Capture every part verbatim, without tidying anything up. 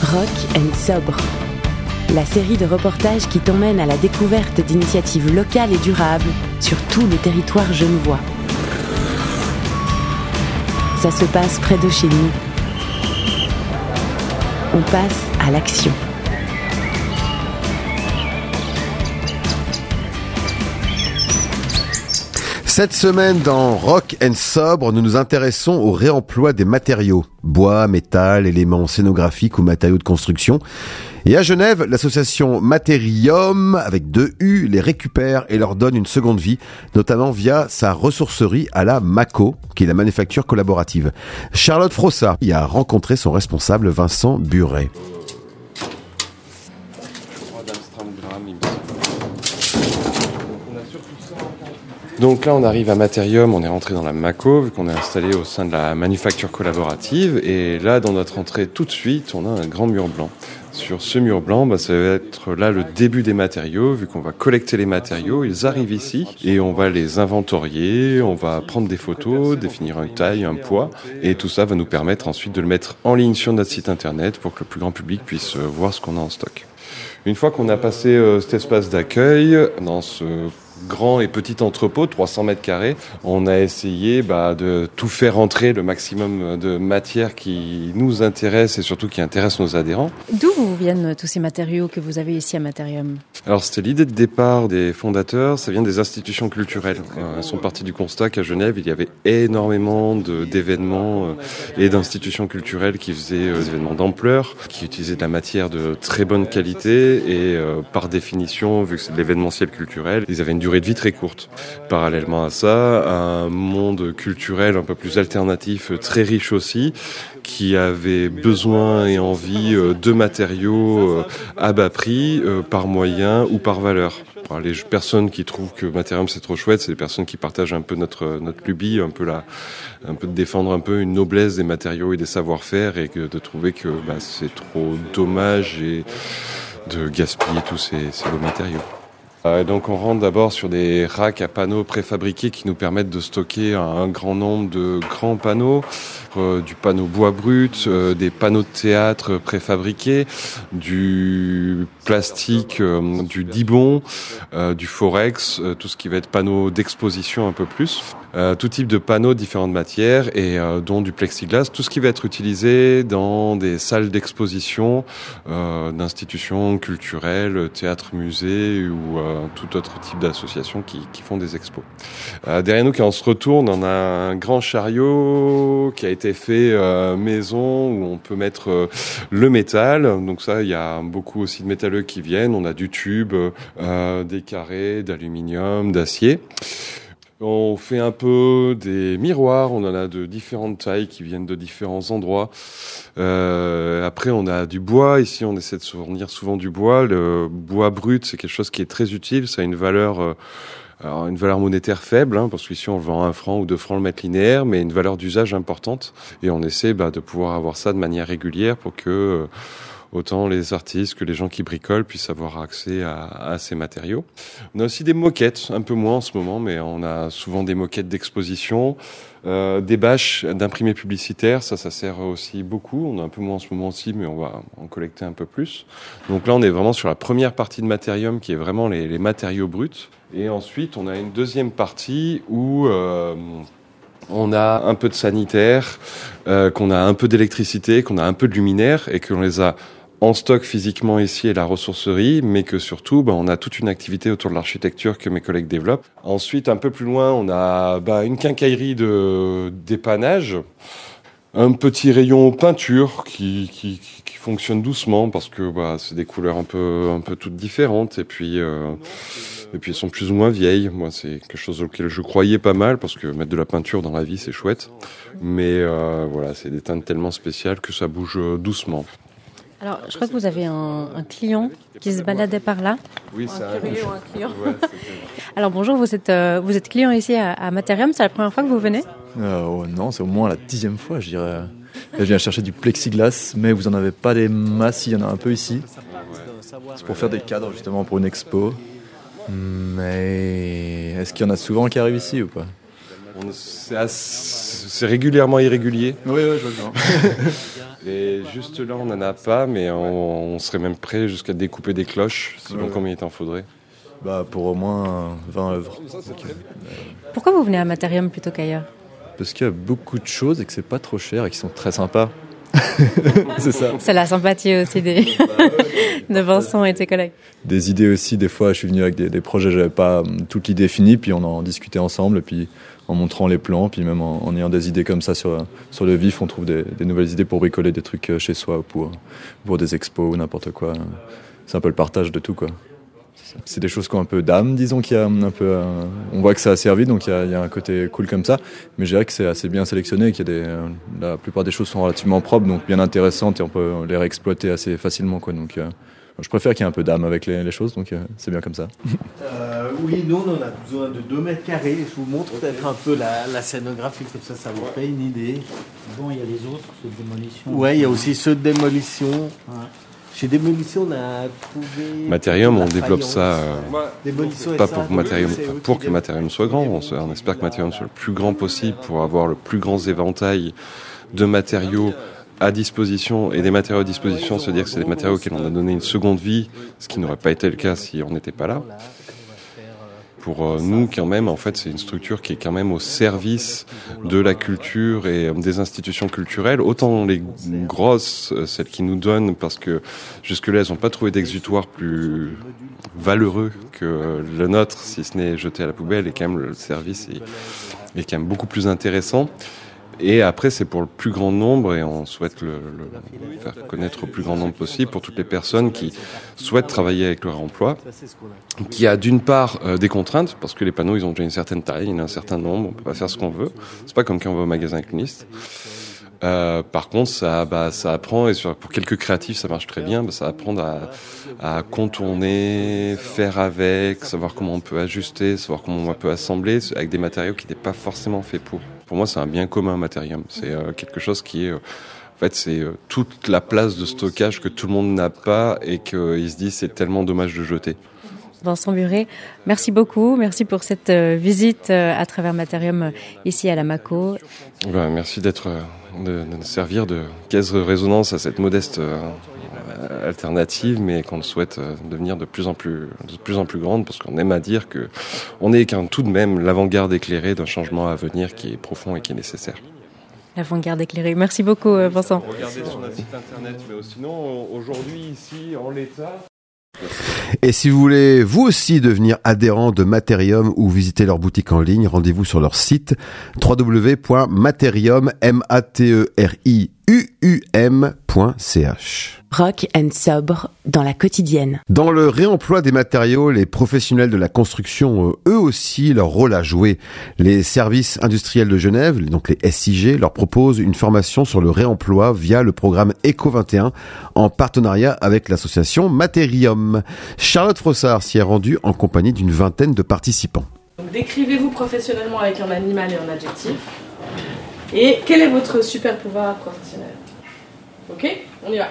Rock and Sobre, la série de reportages qui t'emmène à la découverte d'initiatives locales et durables sur tout le territoire genevois. Ça se passe près de chez nous. On passe à l'action. Cette semaine, dans Rock and Sobre, nous nous intéressons au réemploi des matériaux. Bois, métal, éléments scénographiques ou matériaux de construction. Et à Genève, l'association Materium, avec deux U, les récupère et leur donne une seconde vie, notamment via sa ressourcerie à la Mako, qui est la manufacture collaborative. Charlotte Frossard y a rencontré son responsable Vincent Buret. Donc là, on arrive à Materium, on est rentré dans la Mako, vu qu'on est installé au sein de la manufacture collaborative. Et là, dans notre entrée, tout de suite, on a un grand mur blanc. Sur ce mur blanc, bah, ça va être là le début des matériaux, vu qu'on va collecter les matériaux. Ils arrivent ici et on va les inventorier, on va prendre des photos, définir une taille, un poids. Et tout ça va nous permettre ensuite de le mettre en ligne sur notre site internet pour que le plus grand public puisse voir ce qu'on a en stock. Une fois qu'on a passé euh, cet espace d'accueil, dans ce grand et petit entrepôt, trois cents mètres carrés, on a essayé bah, de tout faire entrer, le maximum de matière qui nous intéresse et surtout qui intéresse nos adhérents. D'où viennent tous ces matériaux que vous avez ici à Materium ? Alors c'était l'idée de départ des fondateurs, ça vient des institutions culturelles. Elles sont parties du constat qu'à Genève, il y avait énormément de, d'événements et d'institutions culturelles qui faisaient des événements d'ampleur, qui utilisaient de la matière de très bonne qualité et euh, par définition, vu que c'est de l'événementiel culturel, ils avaient une durée de vie très courte. Parallèlement à ça, un monde culturel un peu plus alternatif, très riche aussi, qui avait besoin et envie de matériaux à bas prix, par moyen ou par valeur. Alors, les personnes qui trouvent que Materium c'est trop chouette, c'est les personnes qui partagent un peu notre notre lubie, un peu la, un peu de défendre un peu une noblesse des matériaux et des savoir-faire et que de trouver que bah, c'est trop dommage et de gaspiller tous ces, ces beaux matériaux. Et donc on rentre d'abord sur des racks à panneaux préfabriqués qui nous permettent de stocker un grand nombre de grands panneaux, euh, du panneau bois brut, euh, des panneaux de théâtre préfabriqués, du plastique, euh, du dibon, euh, du forex, euh, tout ce qui va être panneaux d'exposition un peu plus. Euh, tout type de panneaux, différentes matières, et euh, dont du plexiglas, tout ce qui va être utilisé dans des salles d'exposition euh, d'institutions culturelles, théâtre, musée ou euh, tout autre type d'associations qui, qui font des expos. Euh, derrière nous, quand on se retourne, on a un grand chariot qui a été fait euh, maison où on peut mettre euh, le métal. Donc ça, il y a beaucoup aussi de métalleux qui viennent. On a du tube, euh, des carrés, d'aluminium, d'acier. On fait un peu des miroirs, on en a de différentes tailles qui viennent de différents endroits. Euh, après, on a du bois. Ici, on essaie de se fournir souvent du bois. Le bois brut, c'est quelque chose qui est très utile. Ça a une valeur, euh, alors une valeur monétaire faible, hein, parce qu'ici, on le vend un franc ou deux francs le mètre linéaire, mais une valeur d'usage importante. Et on essaie bah, de pouvoir avoir ça de manière régulière pour que euh, autant les artistes que les gens qui bricolent puissent avoir accès à, à ces matériaux. On a aussi des moquettes, un peu moins en ce moment, mais on a souvent des moquettes d'exposition, euh, des bâches d'imprimés publicitaires, ça, ça sert aussi beaucoup. On a un peu moins en ce moment aussi, mais on va en collecter un peu plus. Donc là, on est vraiment sur la première partie de Materium, qui est vraiment les, les matériaux bruts. Et ensuite, on a une deuxième partie où euh, on a un peu de sanitaire, euh, qu'on a un peu d'électricité, qu'on a un peu de luminaire et qu'on les a en stock physiquement ici à la ressourcerie, mais que surtout, bah, on a toute une activité autour de l'architecture que mes collègues développent. Ensuite, un peu plus loin, on a bah, une quincaillerie de dépannage, un petit rayon peinture qui, qui, qui fonctionne doucement parce que bah, c'est des couleurs un peu, un peu toutes différentes et puis, euh, et puis elles sont plus ou moins vieilles. Moi, c'est quelque chose auquel je croyais pas mal parce que mettre de la peinture dans la vie, c'est chouette. Mais euh, voilà, c'est des teintes tellement spéciales que ça bouge doucement. Alors, je crois que vous avez un, un client qui se baladait par là. Oui, c'est un curieux ou un client. Ouais, alors bonjour, vous êtes, euh, vous êtes client ici à, à Materium, c'est la première fois que vous venez ? euh, oh, Non, c'est au moins la dixième fois, je dirais. Je viens chercher du plexiglas, mais vous n'en avez pas des masses, il y en a un peu ici. C'est pour faire des cadres justement pour une expo. Mais est-ce qu'il y en a souvent qui arrivent ici ou pas ? On, c'est, assez, c'est régulièrement irrégulier. Oui, oui, je vois bien. Et juste là, on n'en a pas, mais on, on serait même prêt jusqu'à découper des cloches, selon ouais. combien il t'en faudrait. Bah, pour au moins vingt œuvres. Pourquoi vous venez à Matérium plutôt qu'ailleurs ? Parce qu'il y a beaucoup de choses et que c'est pas trop cher et qui sont très sympas. C'est ça. C'est la sympathie aussi des... de Vincent et tes collègues. Des idées aussi, des fois je suis venu avec des, des projets, j'avais pas toute l'idée finie, puis on en discutait ensemble, et puis en montrant les plans, puis même en, en ayant des idées comme ça sur, sur le vif, on trouve des, des nouvelles idées pour bricoler des trucs chez soi, ou pour, pour des expos ou n'importe quoi. C'est un peu le partage de tout, quoi. C'est des choses qui ont un peu d'âme, disons qu'il y a un peu, euh, on voit que ça a servi, donc il y a, il y a un côté cool comme ça. Mais je dirais que c'est assez bien sélectionné, qu'il y a des, euh, la plupart des choses sont relativement propres, donc bien intéressantes et on peut les réexploiter assez facilement, quoi. Donc euh, je préfère qu'il y ait un peu d'âme avec les, les choses, donc euh, c'est bien comme ça. Euh, oui, nous on a besoin de deux mètres carrés. Je vous montre peut-être un peu la, la scénographie, comme ça, ça vous fait une idée. Bon, il y a les autres, ceux de démolition. Ouais, il y a aussi ceux de démolition. Ouais. Chez Démolition, on a trouvé... Matérium, on développe ça, euh, pas pour, Matérium, pour que Matérium soit grand. On, on espère que Matérium soit le plus grand possible pour avoir le plus grand éventail de matériaux à disposition et des matériaux à disposition, c'est-à-dire que c'est des matériaux auxquels on a donné une seconde vie, ce qui n'aurait pas été le cas si on n'était pas là. Pour euh, nous, quand même, en fait, c'est une structure qui est quand même au service de la culture et euh, des institutions culturelles. Autant les grosses, euh, celles qui nous donnent, parce que jusque-là, elles n'ont pas trouvé d'exutoire plus valeureux que euh, le nôtre, si ce n'est jeté à la poubelle, et quand même le service est, est quand même beaucoup plus intéressant. Et après, c'est pour le plus grand nombre, et on souhaite le, le faire connaître au plus grand nombre possible pour toutes les personnes qui souhaitent travailler avec le réemploi, qui a d'une part euh, des contraintes, parce que les panneaux, ils ont déjà une certaine taille, il y en a un certain nombre, on peut pas faire ce qu'on veut. C'est pas comme quand on va au magasin avec une liste. Euh, par contre, ça, bah, ça apprend, et sur, pour quelques créatifs, ça marche très bien, bah, ça apprend à, à contourner, faire avec, savoir comment on peut ajuster, savoir comment on peut assembler avec des matériaux qui n'étaient pas forcément faits pour. Pour moi, c'est un bien commun, Matérium. C'est euh, quelque chose qui est... Euh, en fait, c'est euh, toute la place de stockage que tout le monde n'a pas et qu'il euh, se dit c'est tellement dommage de jeter. Vincent Buret, merci beaucoup. Merci pour cette euh, visite euh, à travers Matérium euh, ici à la Mako. Ben, merci d'être, euh, de, de servir de caisse de résonance à cette modeste euh, alternative, mais qu'on souhaite euh, devenir de plus en plus, de plus en plus grande, parce qu'on aime à dire que on est quand tout de même l'avant-garde éclairée d'un changement à venir qui est profond et qui est nécessaire. L'avant-garde éclairée. Merci beaucoup, Vincent. Regardez sur notre site internet, mais sinon aujourd'hui ici en l'état. Et si vous voulez vous aussi devenir adhérent de Matérium ou visiter leur boutique en ligne, rendez-vous sur leur site w w w point matérium point c h. Rock and sobre dans la quotidienne. Dans le réemploi des matériaux, les professionnels de la construction ont eux aussi leur rôle à jouer. Les services industriels de Genève, donc les S I G, leur proposent une formation sur le réemploi via le programme Eco vingt et un en partenariat avec l'association Matérium. Charlotte Frossard s'y est rendue en compagnie d'une vingtaine de participants. Donc, décrivez-vous professionnellement avec un animal et un adjectif. Et quel est votre super pouvoir professionnel ? Ok, on y va.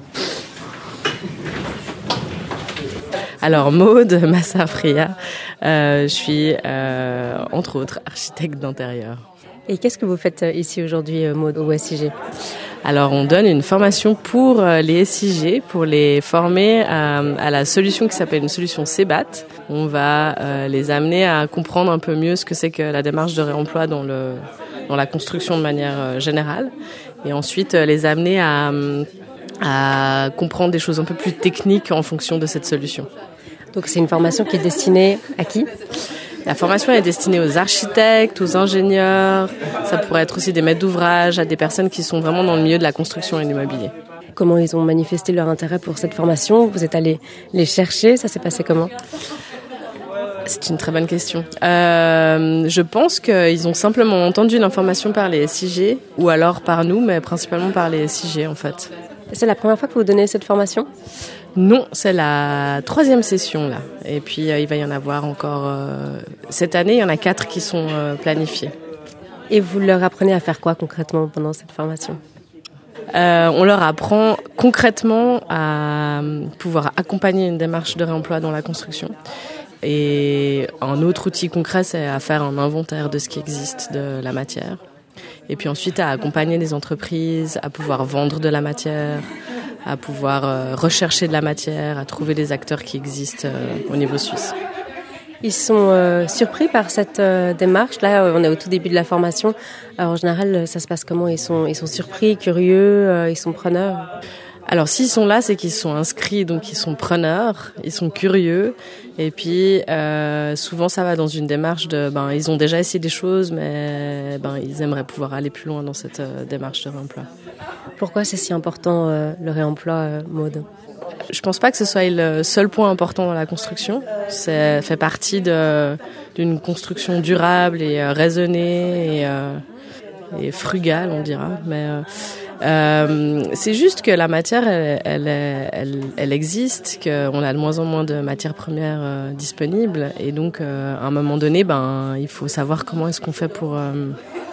Alors Maude Massafria, euh, je suis euh, entre autres architecte d'intérieur. Et qu'est-ce que vous faites ici aujourd'hui, Maude, au S I G ? Alors on donne une formation pour les S I G, pour les former à, à la solution qui s'appelle une solution C B A T. On va euh, les amener à comprendre un peu mieux ce que c'est que la démarche de réemploi dans, le, dans la construction de manière générale. Et ensuite les amener à, à comprendre des choses un peu plus techniques en fonction de cette solution. Donc c'est une formation qui est destinée à qui ? La formation est destinée aux architectes, aux ingénieurs, ça pourrait être aussi des maîtres d'ouvrage, à des personnes qui sont vraiment dans le milieu de la construction et de l'immobilier. Comment ils ont manifesté leur intérêt pour cette formation ? Vous êtes allé les chercher, ça s'est passé comment ? C'est une très bonne question. Euh, je pense qu'ils ont simplement entendu l'information par les S I G, ou alors par nous, mais principalement par les S I G en fait. C'est la première fois que vous donnez cette formation ? Non, c'est la troisième session là. Et puis euh, il va y en avoir encore... Euh, cette année, il y en a quatre qui sont euh, planifiés. Et vous leur apprenez à faire quoi concrètement pendant cette formation ? Euh, on leur apprend concrètement à pouvoir accompagner une démarche de réemploi dans la construction. Et un autre outil concret, c'est à faire un inventaire de ce qui existe de la matière. Et puis ensuite à accompagner les entreprises, à pouvoir vendre de la matière, à pouvoir euh, rechercher de la matière, à trouver des acteurs qui existent euh, au niveau suisse. Ils sont euh, surpris par cette euh, démarche. Là, on est au tout début de la formation. Alors, en général, ça se passe comment ? Ils sont, ils sont surpris, curieux, euh, ils sont preneurs ? Alors, s'ils sont là, c'est qu'ils sont inscrits, donc ils sont preneurs, ils sont curieux. Et puis, euh, souvent, ça va dans une démarche de, ben, ils ont déjà essayé des choses, mais ben, ils aimeraient pouvoir aller plus loin dans cette euh, démarche de réemploi. Pourquoi c'est si important euh, le réemploi, euh, Maud ? Je pense pas que ce soit le seul point important dans la construction. Ça fait partie de, d'une construction durable et euh, raisonnée et, euh, et frugale, on dira. Mais euh, euh, c'est juste que la matière, elle, elle, elle, elle existe, qu'on a de moins en moins de matières premières euh, disponibles, et donc euh, à un moment donné, ben il faut savoir comment est-ce qu'on fait pour euh,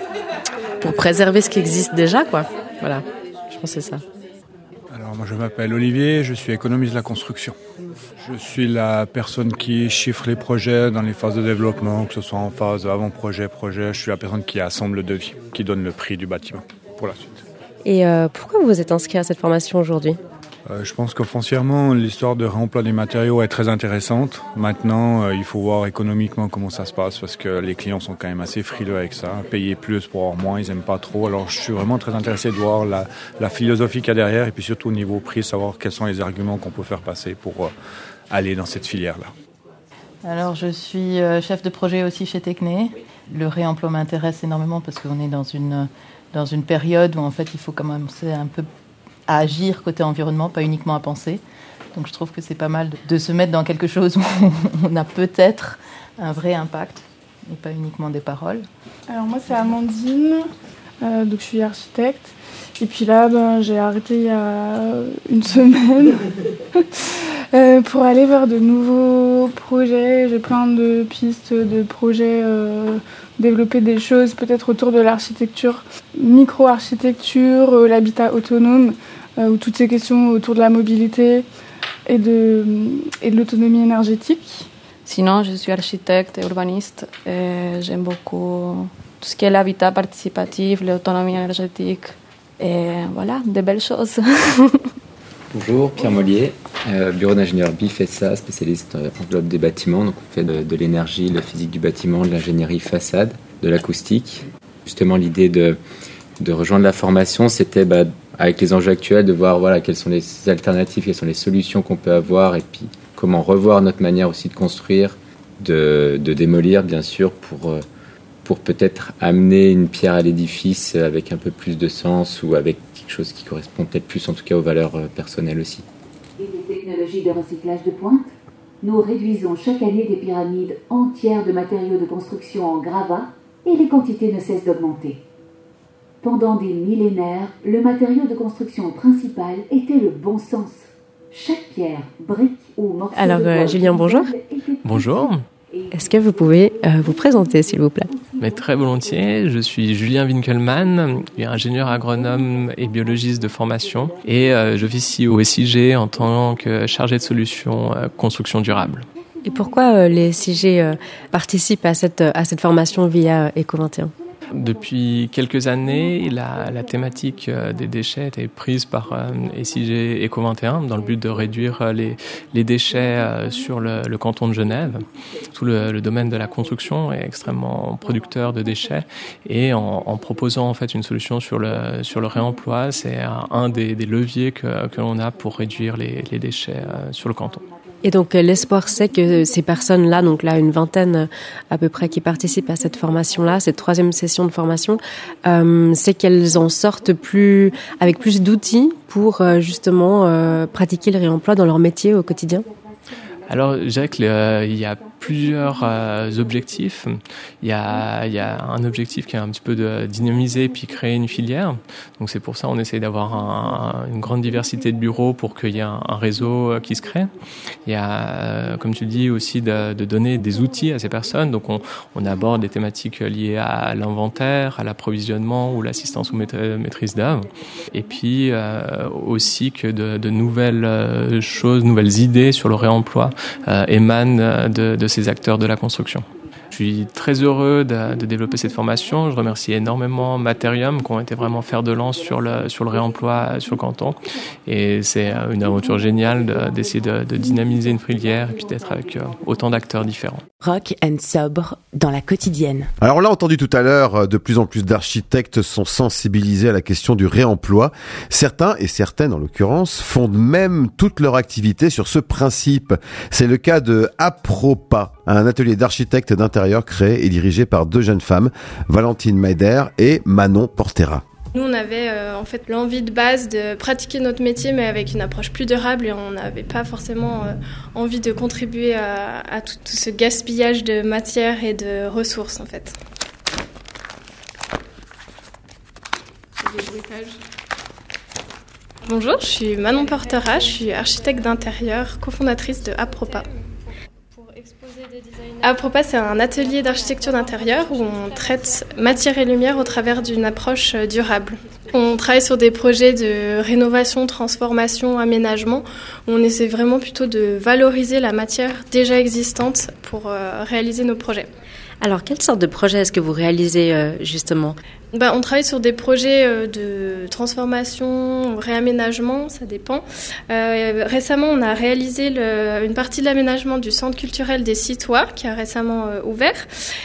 pour préserver ce qui existe déjà, quoi. Voilà, je pense que c'est ça. Alors moi je m'appelle Olivier, je suis économiste de la construction. Je suis la personne qui chiffre les projets dans les phases de développement, que ce soit en phase avant-projet, projet. Je suis la personne qui assemble le devis, qui donne le prix du bâtiment pour la suite. Et euh, pourquoi vous vous êtes inscrit à cette formation aujourd'hui ? Euh, je pense que foncièrement, l'histoire de réemploi des matériaux est très intéressante. Maintenant, euh, il faut voir économiquement comment ça se passe parce que les clients sont quand même assez frileux avec ça. Payer plus pour avoir moins, ils n'aiment pas trop. Alors, je suis vraiment très intéressé de voir la, la philosophie qu'il y a derrière et puis surtout au niveau prix, savoir quels sont les arguments qu'on peut faire passer pour euh, aller dans cette filière-là. Alors, je suis chef de projet aussi chez Tecné. Le réemploi m'intéresse énormément parce qu'on est dans une, dans une période où en fait, il faut commencer un peu à agir côté environnement, pas uniquement à penser. Donc je trouve que c'est pas mal de, de se mettre dans quelque chose où on a peut-être un vrai impact et pas uniquement des paroles. Alors moi c'est Amandine, euh, donc je suis architecte. Et puis là ben, j'ai arrêté il y a une semaine euh, pour aller vers de nouveaux projets. J'ai plein de pistes de projets, euh, développer des choses peut-être autour de l'architecture, micro-architecture, euh, l'habitat autonome, euh, ou toutes ces questions autour de la mobilité et de, et de l'autonomie énergétique. Sinon, je suis architecte et urbaniste et j'aime beaucoup tout ce qui est l'habitat participatif, l'autonomie énergétique et voilà, des belles choses. Bonjour, Pierre Mollier, euh, bureau d'ingénieur B I F S A, spécialiste euh, enveloppe des bâtiments. Donc on fait de, de l'énergie, la physique du bâtiment, de l'ingénierie façade, de l'acoustique. Justement, l'idée de, de rejoindre la formation, c'était bah, avec les enjeux actuels de voir voilà, quelles sont les alternatives, quelles sont les solutions qu'on peut avoir et puis comment revoir notre manière aussi de construire, de, de démolir bien sûr pour, euh, pour peut-être amener une pierre à l'édifice avec un peu plus de sens ou avec quelque chose qui correspond peut-être plus en tout cas aux valeurs euh, personnelles aussi. Et des technologies de recyclage de pointe, nous réduisons chaque année des pyramides entières de matériaux de construction en gravats et les quantités ne cessent d'augmenter. Pendant des millénaires, le matériau de construction principal était le bon sens. Chaque pierre, brique ou morceau Alors, de bois euh, Julien, bonjour. Bonjour. Est-ce que vous pouvez euh, vous présenter, s'il vous plaît ? Mais très volontiers. Je suis Julien Winkelmann, ingénieur agronome et biologiste de formation, et euh, j'officie au S I G en tant que chargé de solutions euh, construction durable. Et pourquoi euh, les S I G euh, participent à cette, à cette formation via Eco vingt et un ? Depuis quelques années, la, la thématique des déchets a été prise par euh, S I G Eco vingt et un dans le but de réduire les, les déchets euh, sur le, le canton de Genève. Tout le, le domaine de la construction est extrêmement producteur de déchets et en, en proposant en fait une solution sur le, sur le réemploi, c'est un, un des, des leviers que, que l'on a pour réduire les, les déchets euh, sur le canton. Et donc l'espoir c'est que ces personnes-là, donc là une vingtaine à peu près qui participent à cette formation-là, cette troisième session de formation, euh, c'est qu'elles en sortent plus avec plus d'outils pour euh, justement euh, pratiquer le réemploi dans leur métier au quotidien. Alors, je dirais qu'il euh, y a plusieurs euh, objectifs. Il y a, il y a un objectif qui est un petit peu de dynamiser puis créer une filière. Donc, c'est pour ça on essaye d'avoir un, une grande diversité de bureaux pour qu'il y ait un, un réseau qui se crée. Il y a, euh, comme tu le dis, aussi de, de donner des outils à ces personnes. Donc, on, on aborde des thématiques liées à l'inventaire, à l'approvisionnement ou l'assistance aux maîtrises d'œuvre. Et puis, euh, aussi que de, de nouvelles choses, nouvelles idées sur le réemploi Euh, émanent de, de ces acteurs de la construction. Je suis très heureux de, de développer cette formation. Je remercie énormément Materium qui ont été vraiment fer de lance sur le, sur le réemploi sur le canton. Et c'est une aventure géniale de, d'essayer de, de dynamiser une filière et puis d'être avec autant d'acteurs différents. Rock and sobre dans la quotidienne. Alors on l'a entendu tout à l'heure, de plus en plus d'architectes sont sensibilisés à la question du réemploi. Certains, et certaines en l'occurrence, fondent même toute leur activité sur ce principe. C'est le cas de Apropa, un atelier d'architectes d'intérieur créé et dirigé par deux jeunes femmes, Valentine Maider et Manon Portera. Nous, on avait euh, en fait l'envie de base de pratiquer notre métier, mais avec une approche plus durable, et on n'avait pas forcément euh, envie de contribuer à, à tout, tout ce gaspillage de matière et de ressources, en fait. Bonjour, je suis Manon Portera, je suis architecte d'intérieur, cofondatrice de Apropa. Apropa, c'est un atelier d'architecture d'intérieur où on traite matière et lumière au travers d'une approche durable. On travaille sur des projets de rénovation, transformation, aménagement, où on essaie vraiment plutôt de valoriser la matière déjà existante pour euh, réaliser nos projets. Alors, quelle sorte de projet est-ce que vous réalisez euh, justement ? Ben, on travaille sur des projets euh, de transformation, réaménagement, ça dépend. Euh, récemment, on a réalisé le, une partie de l'aménagement du centre culturel des Citois, qui a récemment euh, ouvert.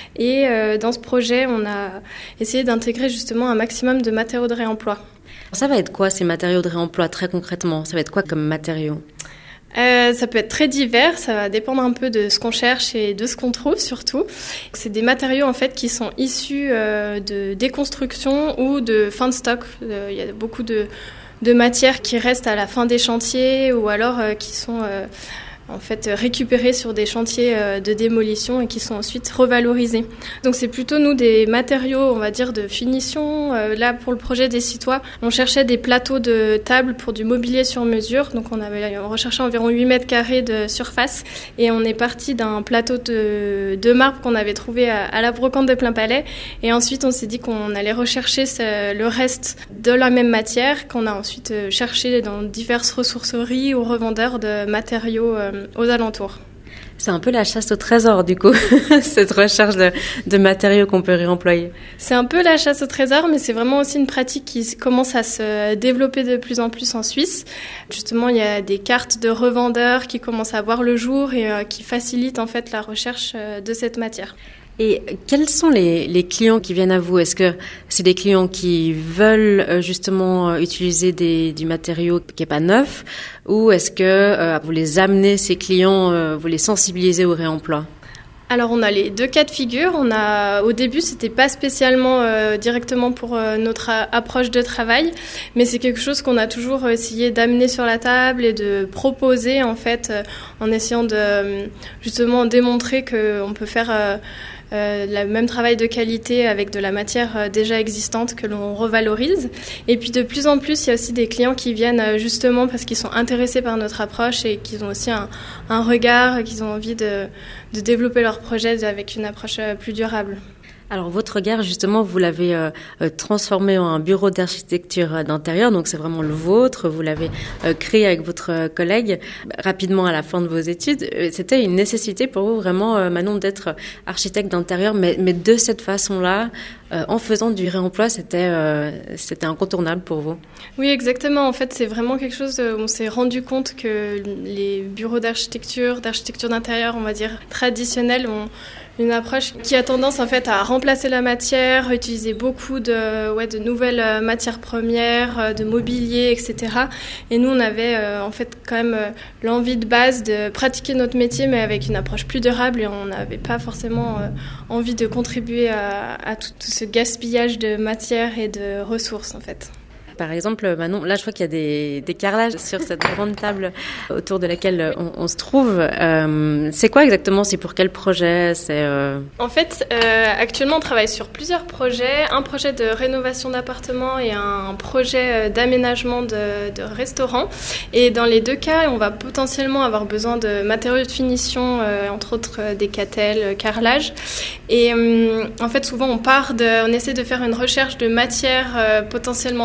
Et euh, dans ce projet, on a essayé d'intégrer justement un maximum de matériaux de réemploi. Ça va être quoi ces matériaux de réemploi très concrètement ? Ça va être quoi comme matériaux ? Euh, ça peut être très divers, ça va dépendre un peu de ce qu'on cherche et de ce qu'on trouve surtout. C'est des matériaux en fait qui sont issus euh, de déconstruction ou de fin de stock. Euh, il y a beaucoup de, de matières qui restent à la fin des chantiers ou alors euh, qui sont euh, en fait récupérés sur des chantiers de démolition et qui sont ensuite revalorisés. Donc c'est plutôt nous des matériaux, on va dire, de finition. Là pour le projet des Citois, on cherchait des plateaux de table pour du mobilier sur mesure. Donc on avait on recherchait environ huit mètres carrés de surface et on est parti d'un plateau de, de marbre qu'on avait trouvé à, à la brocante de Plainpalais. Et ensuite on s'est dit qu'on allait rechercher ce, le reste de la même matière qu'on a ensuite cherché dans diverses ressourceries ou revendeurs de matériaux aux alentours. C'est un peu la chasse au trésor, du coup, cette recherche de, de matériaux qu'on peut réemployer. C'est un peu la chasse au trésor, mais c'est vraiment aussi une pratique qui commence à se développer de plus en plus en Suisse. Justement, il y a des cartes de revendeurs qui commencent à voir le jour et euh, qui facilitent en fait la recherche euh, de cette matière. Et quels sont les, les clients qui viennent à vous ? Est-ce que c'est des clients qui veulent justement utiliser des, du matériau qui n'est pas neuf ? Ou est-ce que euh, vous les amenez, ces clients, euh, vous les sensibilisez au réemploi ? Alors on a les deux cas de figure. On a, au début, c'était pas spécialement euh, directement pour euh, notre a- approche de travail, mais c'est quelque chose qu'on a toujours essayé d'amener sur la table et de proposer en fait, euh, en essayant de euh, justement démontrer qu'on peut faire euh, Euh, le même travail de qualité avec de la matière euh, déjà existante que l'on revalorise. Et puis de plus en plus, il y a aussi des clients qui viennent euh, justement parce qu'ils sont intéressés par notre approche et qu'ils ont aussi un, un regard, qu'ils ont envie de, de développer leur projet avec une approche euh, plus durable. Alors votre regard, justement, vous l'avez euh, transformé en un bureau d'architecture d'intérieur, donc c'est vraiment le vôtre, vous l'avez euh, créé avec votre collègue rapidement à la fin de vos études. C'était une nécessité pour vous vraiment, euh, Manon, d'être architecte d'intérieur, mais, mais de cette façon-là, euh, en faisant du réemploi, c'était, euh, c'était incontournable pour vous. Oui, exactement. En fait, c'est vraiment quelque chose où on s'est rendu compte que les bureaux d'architecture, d'architecture d'intérieur, on va dire, traditionnels, ont une approche qui a tendance en fait à remplacer la matière, utiliser beaucoup de, ouais, de nouvelles matières premières, de mobilier, et cetera. Et nous, on avait euh, en fait quand même euh, l'envie de base de pratiquer notre métier, mais avec une approche plus durable, et on n'avait pas forcément euh, envie de contribuer à, à tout, tout ce gaspillage de matière et de ressources en fait. Par exemple, Manon, là je vois qu'il y a des, des carrelages sur cette grande table autour de laquelle on, on se trouve. Euh, c'est quoi exactement ? C'est pour quel projet ? C'est euh... En fait, euh, actuellement on travaille sur plusieurs projets. Un projet de rénovation d'appartements et un projet d'aménagement de, de restaurant. Et dans les deux cas, on va potentiellement avoir besoin de matériaux de finition, euh, entre autres euh, des catelles, carrelage. Et euh, en fait, souvent on part de, on essaie de faire une recherche de matières euh, potentiellement disponibles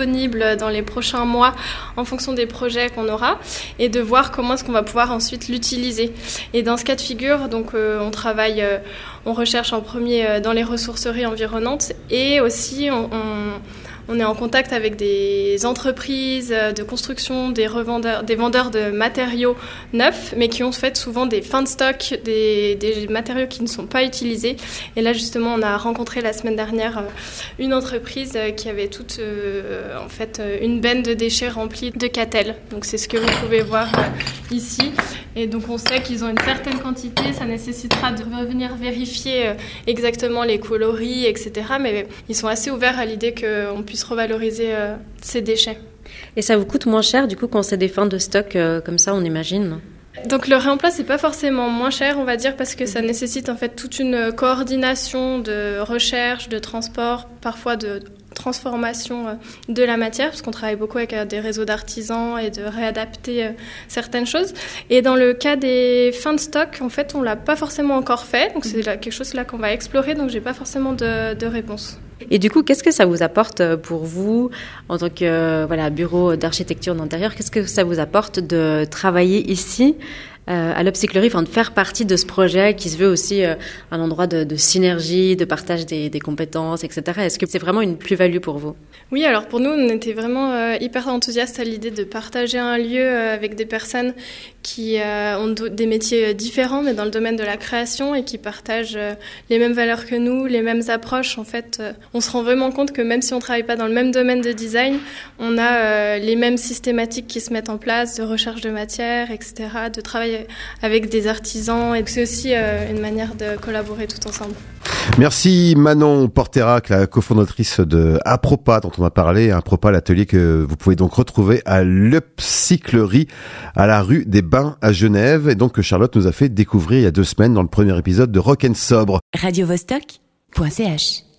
disponible dans les prochains mois en fonction des projets qu'on aura et de voir comment est-ce qu'on va pouvoir ensuite l'utiliser. Et dans ce cas de figure, donc euh, on travaille, euh, on recherche en premier euh, dans les ressourceries environnantes et aussi on, on On est en contact avec des entreprises de construction, des revendeurs, des vendeurs de matériaux neufs, mais qui ont fait souvent des fins de stock, des, des matériaux qui ne sont pas utilisés. Et là, justement, on a rencontré la semaine dernière une entreprise qui avait toute, euh, en fait, une benne de déchets remplie de catel. Donc, c'est ce que vous pouvez voir ici. Et donc, on sait qu'ils ont une certaine quantité. Ça nécessitera de revenir vérifier exactement les coloris, et cetera. Mais ils sont assez ouverts à l'idée qu'on puisse revaloriser euh, ces déchets. Et ça vous coûte moins cher du coup quand c'est des fins de stock euh, comme ça, on imagine? Donc le réemploi, c'est pas forcément moins cher, on va dire, parce que ça nécessite en fait toute une coordination de recherche, de transport, parfois de transformation de la matière, parce qu'on travaille beaucoup avec des réseaux d'artisans et de réadapter certaines choses. Et dans le cas des fins de stock, en fait, on l'a pas forcément encore fait, donc c'est quelque chose là qu'on va explorer, donc j'ai pas forcément de, de réponse. Et du coup, qu'est-ce que ça vous apporte pour vous, en tant que voilà, bureau d'architecture d'intérieur, qu'est-ce que ça vous apporte de travailler ici euh, à l'Upcyclerie, enfin de faire partie de ce projet qui se veut aussi euh, un endroit de, de synergie, de partage des, des compétences, et cetera. Est-ce que c'est vraiment une plus-value pour vous? Oui, alors pour nous, on était vraiment euh, hyper enthousiastes à l'idée de partager un lieu euh, avec des personnes qui euh, ont do- des métiers différents, mais dans le domaine de la création et qui partagent euh, les mêmes valeurs que nous, les mêmes approches. En fait, euh, on se rend vraiment compte que même si on ne travaille pas dans le même domaine de design, on a euh, les mêmes systématiques qui se mettent en place, de recherche de matière, et cetera, de travail avec des artisans. Et c'est aussi euh, une manière de collaborer tout ensemble. Merci Manon Porterac, la cofondatrice de Apropa dont on a parlé. Apropa, l'atelier que vous pouvez donc retrouver à l'Upcyclerie à la rue des Bains à Genève, et donc que Charlotte nous a fait découvrir il y a deux semaines dans le premier épisode de Rock and Sobre. radio vostok point c h